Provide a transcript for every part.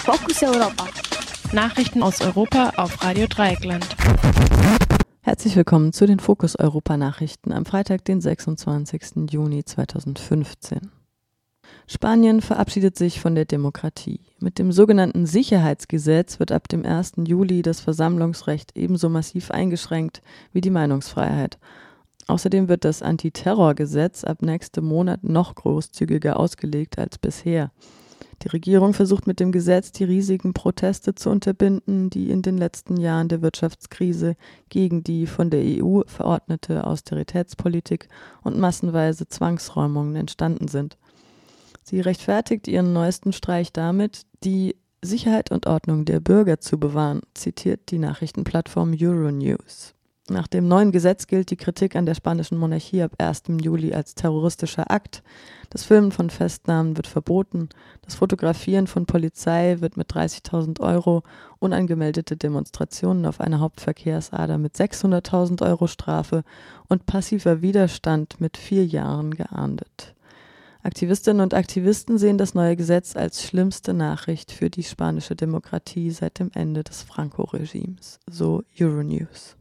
Fokus Europa. Nachrichten aus Europa auf Radio Dreieckland. Herzlich willkommen zu den Fokus Europa Nachrichten am Freitag, den 26. Juni 2015. Spanien verabschiedet sich von der Demokratie. Mit dem sogenannten Sicherheitsgesetz wird ab dem 1. Juli das Versammlungsrecht ebenso massiv eingeschränkt wie die Meinungsfreiheit. Außerdem wird das Antiterrorgesetz ab nächstem Monat noch großzügiger ausgelegt als bisher. Die Regierung versucht mit dem Gesetz, die riesigen Proteste zu unterbinden, die in den letzten Jahren der Wirtschaftskrise gegen die von der EU verordnete Austeritätspolitik und massenweise Zwangsräumungen entstanden sind. Sie rechtfertigt ihren neuesten Streich damit, die Sicherheit und Ordnung der Bürger zu bewahren, zitiert die Nachrichtenplattform Euronews. Nach dem neuen Gesetz gilt die Kritik an der spanischen Monarchie ab 1. Juli als terroristischer Akt. Das Filmen von Festnahmen wird verboten. Das Fotografieren von Polizei wird mit 30.000 €, unangemeldete Demonstrationen auf einer Hauptverkehrsader mit 600.000 € Strafe und passiver Widerstand mit 4 Jahren geahndet. Aktivistinnen und Aktivisten sehen das neue Gesetz als schlimmste Nachricht für die spanische Demokratie seit dem Ende des Franco-Regimes, so Euronews.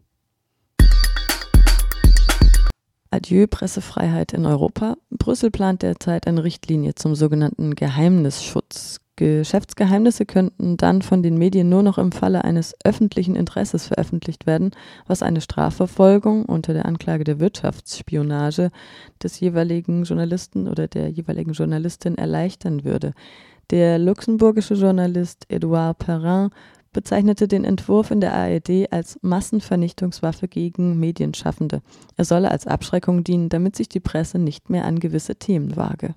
Adieu Pressefreiheit in Europa. Brüssel plant derzeit eine Richtlinie zum sogenannten Geheimnisschutz. Geschäftsgeheimnisse könnten dann von den Medien nur noch im Falle eines öffentlichen Interesses veröffentlicht werden, was eine Strafverfolgung unter der Anklage der Wirtschaftsspionage des jeweiligen Journalisten oder der jeweiligen Journalistin erleichtern würde. Der luxemburgische Journalist Edouard Perrin bezeichnete den Entwurf in der ARD als Massenvernichtungswaffe gegen Medienschaffende. Er solle als Abschreckung dienen, damit sich die Presse nicht mehr an gewisse Themen wage.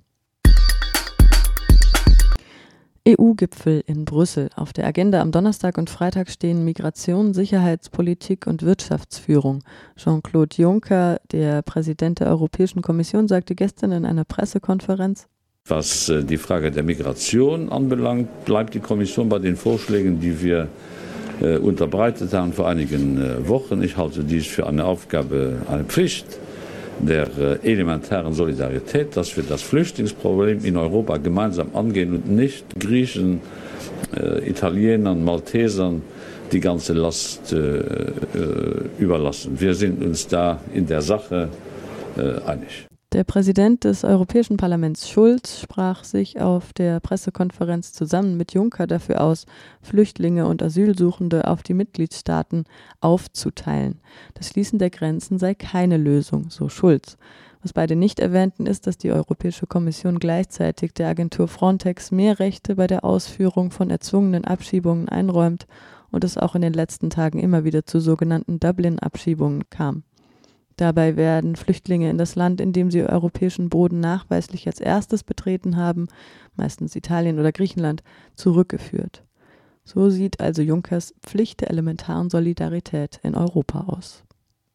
EU-Gipfel in Brüssel. Auf der Agenda am Donnerstag und Freitag stehen Migration, Sicherheitspolitik und Wirtschaftsführung. Jean-Claude Juncker, der Präsident der Europäischen Kommission, sagte gestern in einer Pressekonferenz: Was die Frage der Migration anbelangt, bleibt die Kommission bei den Vorschlägen, die wir unterbreitet haben vor einigen Wochen. Ich halte dies für eine Aufgabe, eine Pflicht der elementaren Solidarität, dass wir das Flüchtlingsproblem in Europa gemeinsam angehen und nicht Griechen, Italienern, Maltesern die ganze Last überlassen. Wir sind uns da in der Sache einig. Der Präsident des Europäischen Parlaments Schulz sprach sich auf der Pressekonferenz zusammen mit Juncker dafür aus, Flüchtlinge und Asylsuchende auf die Mitgliedstaaten aufzuteilen. Das Schließen der Grenzen sei keine Lösung, so Schulz. Was beide nicht erwähnten, ist, dass die Europäische Kommission gleichzeitig der Agentur Frontex mehr Rechte bei der Ausführung von erzwungenen Abschiebungen einräumt und es auch in den letzten Tagen immer wieder zu sogenannten Dublin-Abschiebungen kam. Dabei werden Flüchtlinge in das Land, in dem sie europäischen Boden nachweislich als erstes betreten haben, meistens Italien oder Griechenland, zurückgeführt. So sieht also Junckers Pflicht der elementaren Solidarität in Europa aus.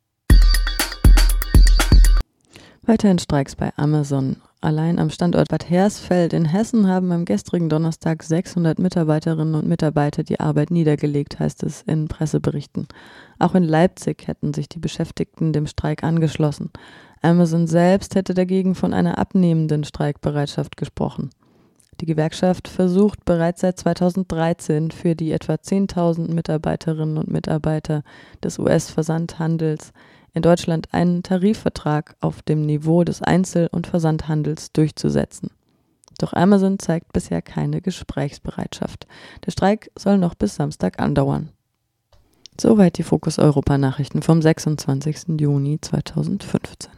Weiterhin Streiks bei Amazon. Allein am Standort Bad Hersfeld in Hessen haben am gestrigen Donnerstag 600 Mitarbeiterinnen und Mitarbeiter die Arbeit niedergelegt, heißt es in Presseberichten. Auch in Leipzig hätten sich die Beschäftigten dem Streik angeschlossen. Amazon selbst hätte dagegen von einer abnehmenden Streikbereitschaft gesprochen. Die Gewerkschaft versucht bereits seit 2013 für die etwa 10.000 Mitarbeiterinnen und Mitarbeiter des US-Versandhandels in Deutschland einen Tarifvertrag auf dem Niveau des Einzel- und Versandhandels durchzusetzen. Doch Amazon zeigt bisher keine Gesprächsbereitschaft. Der Streik soll noch bis Samstag andauern. Soweit die Fokus Europa Nachrichten vom 26. Juni 2015.